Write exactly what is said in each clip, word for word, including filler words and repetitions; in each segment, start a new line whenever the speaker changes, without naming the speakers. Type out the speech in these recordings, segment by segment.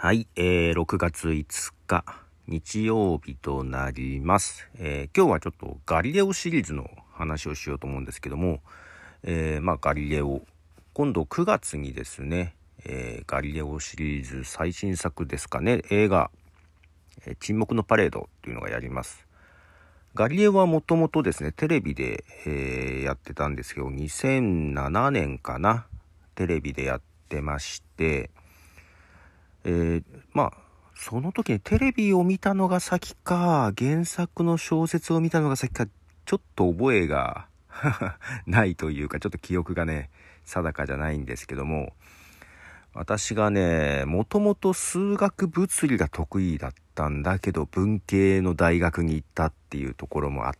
はい、えー、ろくがついつか日曜日となります、えー、今日はちょっとガリレオシリーズの話をしようと思うんですけども、えー、まあガリレオ今度くがつにですね、えー、ガリレオシリーズ最新作ですかね、映画、えー、沈黙のパレードっていうのがやります。ガリレオはもともとですねテレビで、えー、やってたんですけどにせんななねんかな、テレビでやってまして、えー、まあその時にテレビを見たのが先か原作の小説を見たのが先かちょっと覚えがないというか、ちょっと記憶がね定かじゃないんですけども、私がねもともと数学物理が得意だったんだけど文系の大学に行ったっていうところもあって、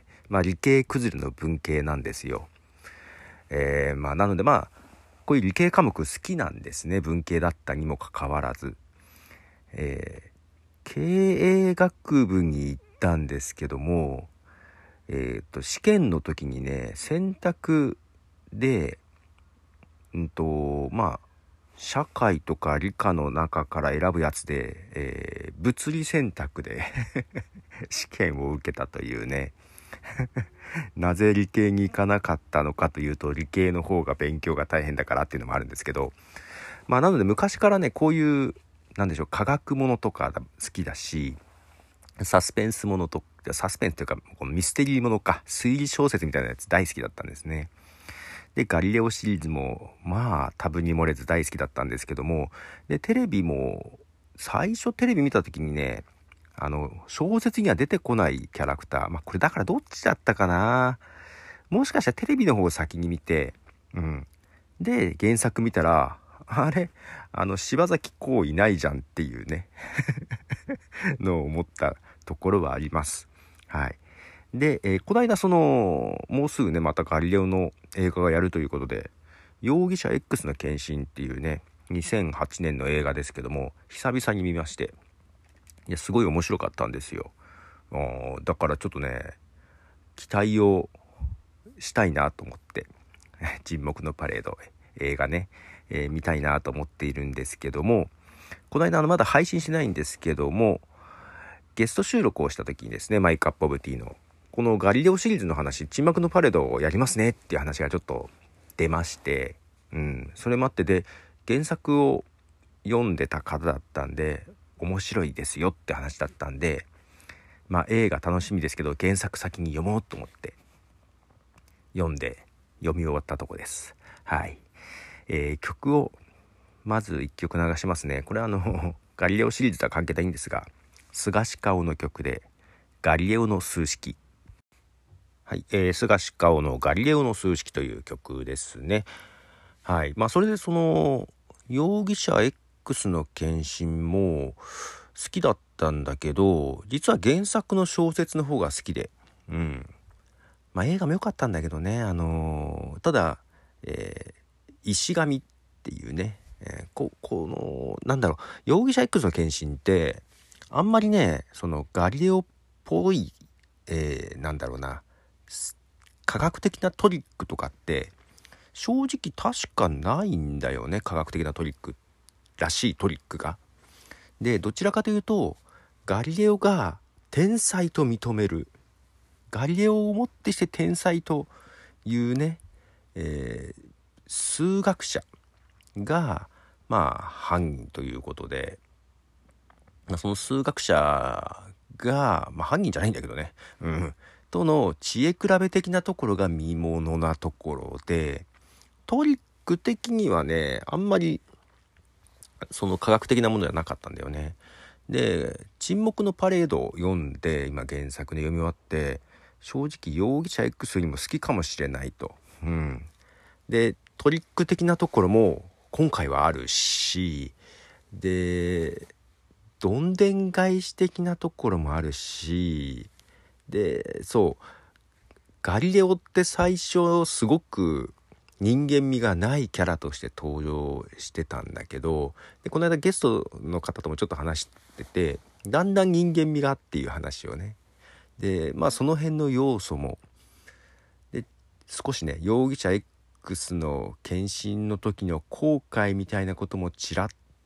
まあ理系崩れの文系なんですよ。えー、まあなのでまあこういう理系科目好きなんですね、文系だったにもかかわらず。えー、経営学部に行ったんですけども、えー、と試験の時にね選択でうんとまあ社会とか理科の中から選ぶやつで、えー、物理選択で試験を受けたというねなぜ理系に行かなかったのかというと、理系の方が勉強が大変だからっていうのもあるんですけど、まあなので昔からねこういうなんでしょう科学ものとか好きだし、サスペンスものとサスペンスというかこのミステリーものか推理小説みたいなやつ大好きだったんですね。でガリレオシリーズもまあ多分に漏れず大好きだったんですけども、でテレビも最初テレビ見た時にね、あの小説には出てこないキャラクター、まあこれだからどっちだったかな、もしかしたらテレビの方を先に見て、うんで原作見たらあれあの柴咲コウいないじゃんっていうねのを思ったところはあります。はい。で、えー、この間そのもうすぐねまたガリレオの映画がやるということで、容疑者 X の献身っていうねにせんはちねんの映画ですけども久々に見まして、いやすごい面白かったんですよ。だからちょっとね期待をしたいなと思って沈黙のパレード映画ね、えー、見たいなと思っているんですけども、この間あのまだ配信しないんですけどもゲスト収録をした時にですね、マイクアップオブティーのこのガリレオシリーズの話、沈黙のパレードをやりますねっていう話がちょっと出まして、うん、それもあってで原作を読んでた方だったんで面白いですよって話だったんで、まあ映画楽しみですけど原作先に読もうと思って読んで読み終わったとこです。はい、えー、曲をまずいっきょく流しますね。これはあのガリレオシリーズとは関係ないんですが、菅氏顔の曲でガリレオの数式。はい、えー、菅氏顔のガリレオの数式という曲ですね。はい、まあそれでその容疑者 X の献身も好きだったんだけど、実は原作の小説の方が好きで、うん、まあ映画も良かったんだけどね、あのー、ただ、えー、石神っていうね、えー、ここのなんだろう、容疑者 X の献身ってあんまりねそのガリレオっぽい、えー、なんだろうな科学的なトリックとかって正直確かないんだよね、科学的なトリックらしいトリックが。でどちらかというとガリレオが天才と認める、ガリレオをもってして天才というね、えー、数学者がまあ犯人ということで、その数学者が、まあ、犯人じゃないんだけどね、うん、との知恵比べ的なところが見ものなところで、トリック的にはねあんまりその科学的なものではなかったんだよね。で沈黙のパレードを読んで今原作で読み終わって、正直容疑者 X よりも好きかもしれないと、うん、でトリック的なところも今回はあるし、でどんでん返し的なところもあるし、でそうガリレオって最初すごく人間味がないキャラとして登場してたんだけど、でこの間ゲストの方ともちょっと話してて、だんだん人間味がっていう話をね、でまあその辺の要素もで少しね容疑者 X の献身の時の後悔みたいなこともちらっ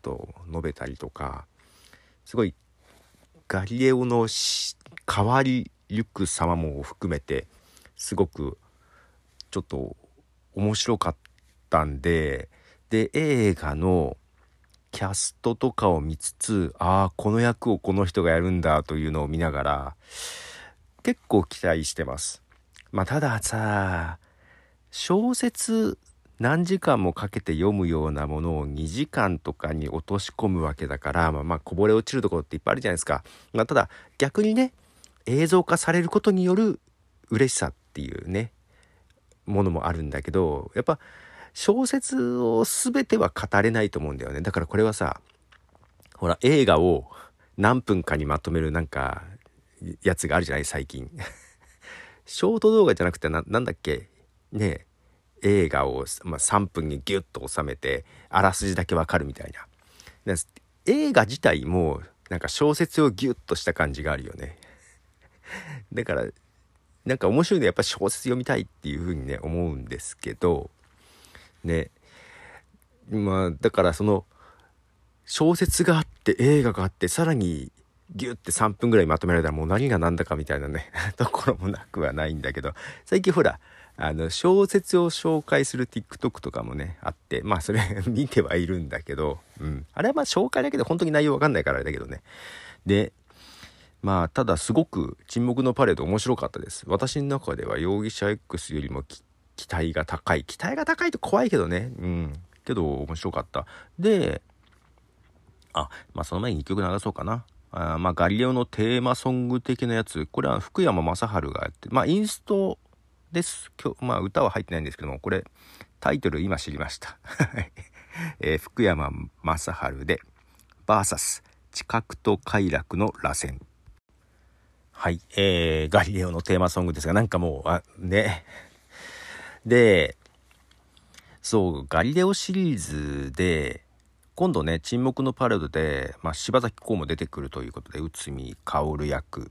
と述べたりとか、すごいガリレオの変わりゆく様も含めてすごくちょっと面白かったんで、で映画のキャストとかを見つつ、ああこの役をこの人がやるんだというのを見ながら結構期待してます。まあたださ、小説何時間もかけて読むようなものをにじかんとかに落とし込むわけだから、まあ、まあこぼれ落ちるところっていっぱいあるじゃないですか。まあ、ただ逆にね、映像化されることによる嬉しさっていうねものもあるんだけど、やっぱ小説を全ては語れないと思うんだよね。だからこれはさ、ほら映画を何分かにまとめるなんかやつがあるじゃない最近ショート動画じゃなくて な, なんだっけね映画を、まあ、さんぷんにギュッと収めてあらすじだけわかるみたいな。映画自体もなんか小説をギュッとした感じがあるよね。だからなんか面白いのはやっぱ小説読みたいっていう風にね思うんですけどね。まあだからその小説があって映画があってさらにギュッてさんぷんぐらいまとめられたらもう何が何だかみたいなねところもなくはないんだけど、最近ほらあの小説を紹介する TikTok とかもねあって、まあそれ見てはいるんだけど、うん、あれはまあ紹介だけで本当に内容わかんないからあれだけどね。でまあただすごく沈黙のパレード面白かったです。私の中では容疑者 X よりも期待が高い期待が高いと怖いけどね、うんけど面白かった。であまあその前にいっきょく流そうかな。あまあガリレオのテーマソング的なやつ、これは福山雅治がやって、まあインストです今日、まあ歌は入ってないんですけども、これタイトル今知りました、えー、福山雅治で ブイエス 知覚と快楽の螺旋。はい、えー、ガリレオのテーマソングですが、なんかもうあねでそうガリレオシリーズで今度ね沈黙のパレードで、まあ、柴咲コウも出てくるということで、内海薫役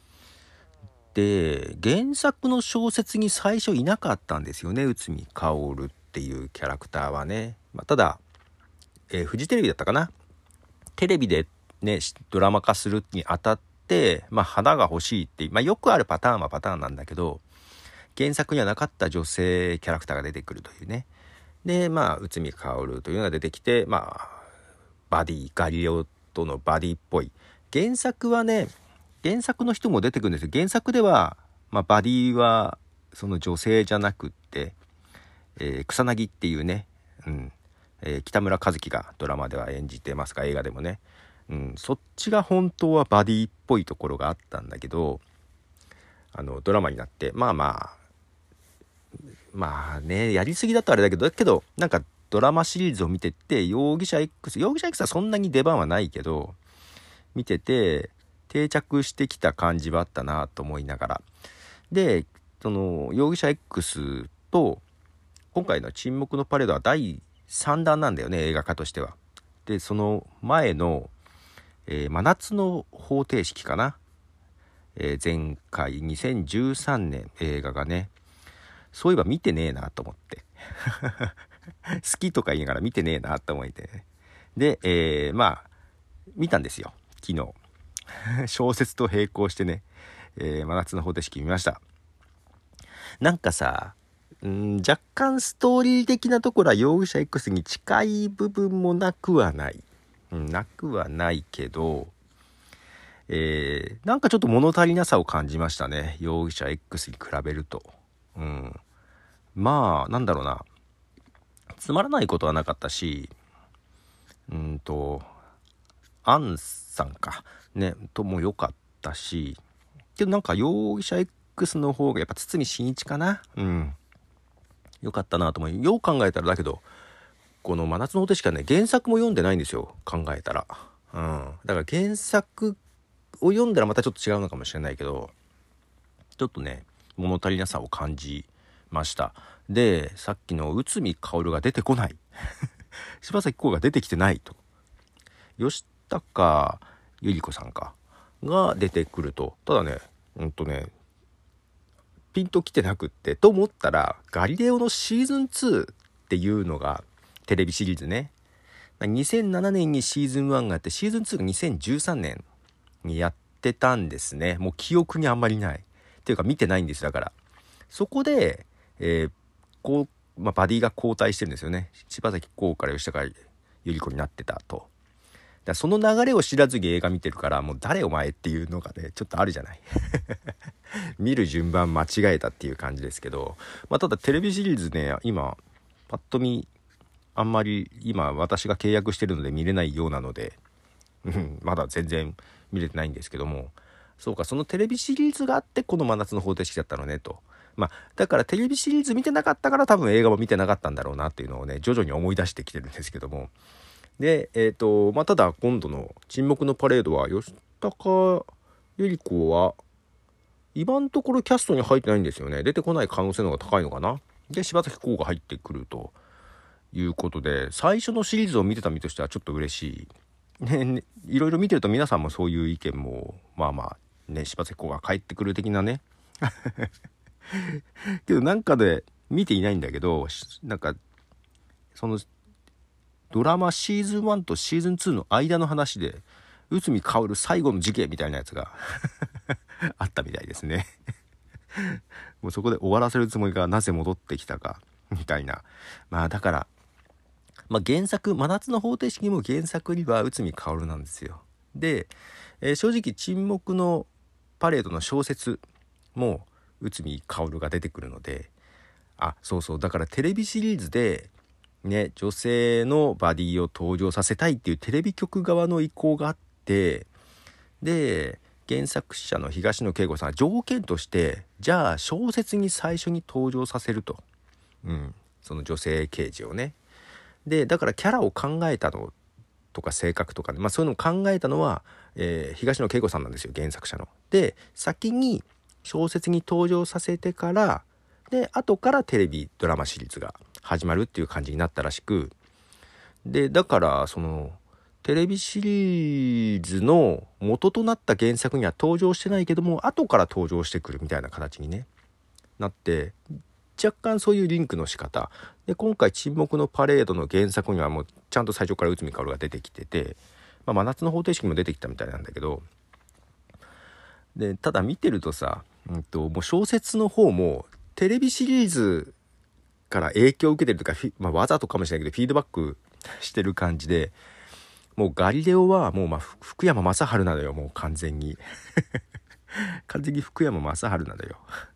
で、原作の小説に最初いなかったんですよね、内海薫っていうキャラクターはね。まあ、ただ、えー、フジテレビだったかな、テレビでねドラマ化するにあたって、まあ、花が欲しいっていう、まあ、よくあるパターンはパターンなんだけど、原作にはなかった女性キャラクターが出てくるというね。でまあ内海薫というのが出てきて、まあバディガリレオとのバディっぽい。原作はね原作の人も出てくるんですよ。原作では、まあ、バディはその女性じゃなくって、えー、草薙っていうね、うんえー、北村一輝がドラマでは演じてますが、映画でもね、うん、そっちが本当はバディっぽいところがあったんだけど、あのドラマになってまあまあまあねやりすぎだとあれだけどだけどなんかドラマシリーズを見てって容疑者 X 容疑者 X はそんなに出番はないけど見てて定着してきた感じはあったなと思いながら、でその容疑者 X と今回の沈黙のパレードはだいさんだんなんだよね、映画化としては。でその前の、えー、真夏の方程式かな、えー、前回にせんじゅうさんねん映画がね、そういえば見てねえなと思って好きとか言いながら見てねえなと思って、ね、で、えー、まあ見たんですよ昨日小説と並行してね、えー、真夏の方程式見ました。なんかさ、ん若干ストーリー的なところは容疑者 X に近い部分もなくはない、うん、なくはないけど、えー、なんかちょっと物足りなさを感じましたね、容疑者 X に比べると。うん、まあなんだろうな、つまらないことはなかったし、うんとアンさんかねとも良かったし、けどなんか容疑者 X の方がやっぱ堤真一かな、うん良かったなと思う。よう考えたらだけどこの真夏の方程式はね原作も読んでないんですよ、考えたら。うんだから原作を読んだらまたちょっと違うのかもしれないけど、ちょっとね物足りなさを感じました。でさっきの内海薫が出てこない柴咲コウが出てきてないと、吉高由里子さんかが出てくると、ただねうんとねピンときてなくってと思ったら、ガリレオのシーズンツーっていうのがテレビシリーズねにせんななねんにシーズンワンがあって、シーズンツーがにせんじゅうさんねんにやってたんですね。もう記憶にあんまりないっていうか見てないんです。だからそこで、えー、こう、まあ、バディが交代してるんですよね。柴咲コウから吉高由里子になってたと。だその流れを知らずに映画見てるから、もう誰お前っていうのがねちょっとあるじゃない見る順番間違えたっていう感じですけど、まあ、ただテレビシリーズね、今パッと見あんまり今私が契約してるので見れないようなので、うん、まだ全然見れてないんですけども、そうか、そのテレビシリーズがあってこの真夏の方程式だったのねと。まあだからテレビシリーズ見てなかったから多分映画も見てなかったんだろうなっていうのをね徐々に思い出してきてるんですけども、でえっ、ー、とまあただ今度の沈黙のパレードは吉高由里子は今のところキャストに入ってないんですよね。出てこない可能性の方が高いのかな。で柴咲コウが入ってくるということで、最初のシリーズを見てた身としてはちょっと嬉しい、ねね、いろいろ見てると皆さんもそういう意見もまあまあね、柴咲コウが帰ってくる的なねけどなんかで見ていないんだけど、なんかそのドラマシーズンワンとシーズンツーの間の話で内海薫最後の事件みたいなやつがあったみたいですねもうそこで終わらせるつもりがなぜ戻ってきたかみたいな。まあだから、まあ、原作真夏の方程式も原作には内海薫なんですよ。で、えー、正直沈黙のパレードの小説も内海薫が出てくるので、あ、そうそう、だからテレビシリーズでね女性のバディを登場させたいっていうテレビ局側の意向があって、で原作者の東野圭吾さんは条件としてじゃあ小説に最初に登場させると、うん、その女性刑事をね。でだからキャラを考えたのとか性格とかね、まあ、そういうのを考えたのは、えー、東野圭吾さんなんですよ、原作者の。で先に小説に登場させてからで後からテレビドラマシリーズが始まるっていう感じになったらしく、でだからそのテレビシリーズの元となった原作には登場してないけども後から登場してくるみたいな形に、ね、なって若干そういうリンクの仕方で、今回沈黙のパレードの原作にはもうちゃんと最初から内海薫が出てきてて、まあ、真夏の方程式も出てきたみたいなんだけど、でただ見てるとさ、うんと、もう小説の方もテレビシリーズから影響を受けてるとか、まあ、わざとかもしれないけどフィードバックしてる感じで、もうガリレオはもうまあ福山雅治なのよ、もう完全に完全に福山雅治なのよ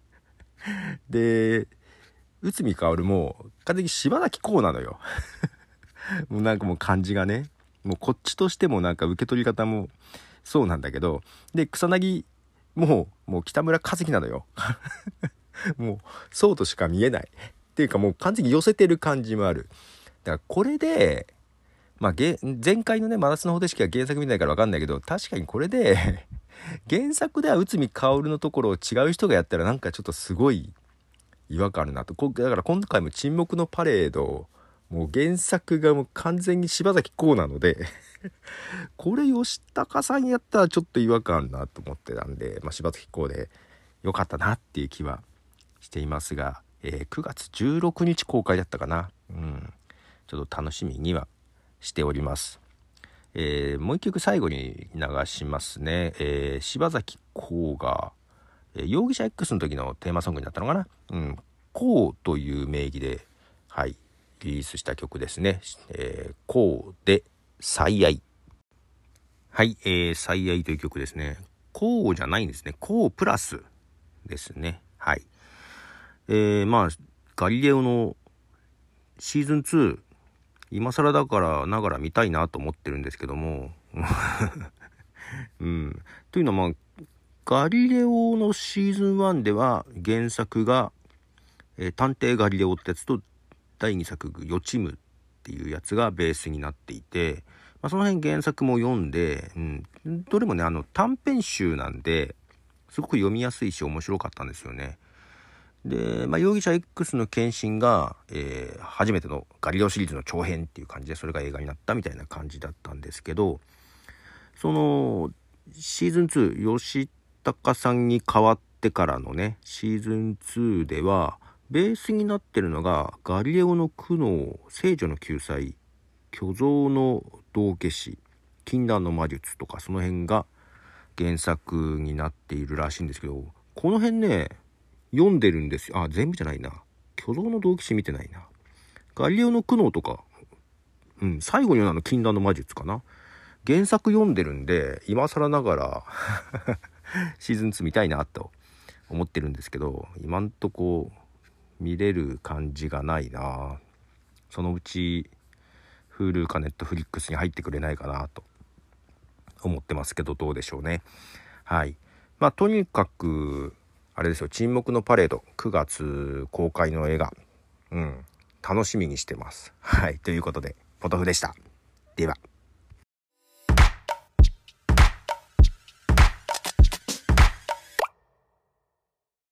で内海薫も完全に柴咲コウなのよもうなんかもう感じがね、もうこっちとしてもなんか受け取り方もそうなんだけど、で草薙もうもう北村一輝なのよもうそうとしか見えないっていうか、もう完全に寄せてる感じもある。だからこれでまあ前回のね真夏の方程式は原作見ないから分かんないけど、確かにこれで原作では内海薫のところを違う人がやったらなんかちょっとすごい違和感あるなと。だから今回も沈黙のパレードもう原作がもう完全に柴咲コウなのでこれ吉高さんやったらちょっと違和感あるなと思ってたんで、まあ、柴咲コウでよかったなっていう気はしていますが、えー、くがつじゅうろくにち公開だったかな、うん、ちょっと楽しみにはしております。えー、もう一曲最後に流しますね。えー、柴咲コウが、えー、容疑者 X の時のテーマソングになったのかな、うん、コウという名義で、はい、リリースした曲ですね。えー、コウで最愛。はい、えー、最愛という曲ですね。コウじゃないんですね。コウプラスですね。はい。えー、まあガリレオのシーズンツー今更だからながら見たいなと思ってるんですけどもうん、というのはまあガリレオのシーズンワンでは原作が、えー、探偵ガリレオってやつとだいにさく予知夢っていうやつがベースになっていて、まあ、その辺原作も読んで、うん、どれもねあの短編集なんですごく読みやすいし面白かったんですよね。で、まあ、容疑者 X の献身が、えー、初めてのガリレオシリーズの長編っていう感じでそれが映画になったみたいな感じだったんですけど、そのシーズンツー吉高さんに代わってからのねシーズンツーではベースになってるのがガリレオの苦悩聖女の救済っ巨像の道化師、禁断の魔術とかその辺が原作になっているらしいんですけど、この辺ね読んでるんですよ。あ、全部じゃないな。巨像の道化師見てないな。ガリレオの苦悩とか、うん、最後にあの禁断の魔術かな。原作読んでるんで、今更ながらシーズンツー見たいなと思ってるんですけど、今んとこ見れる感じがないな。そのうち Hulu か Netflix に入ってくれないかなと思ってますけど、どうでしょうね。はい。まあとにかくあれですよ、沈黙のパレードくがつ公開の映画、うん、楽しみにしてます。はい、ということでポトフでした。では。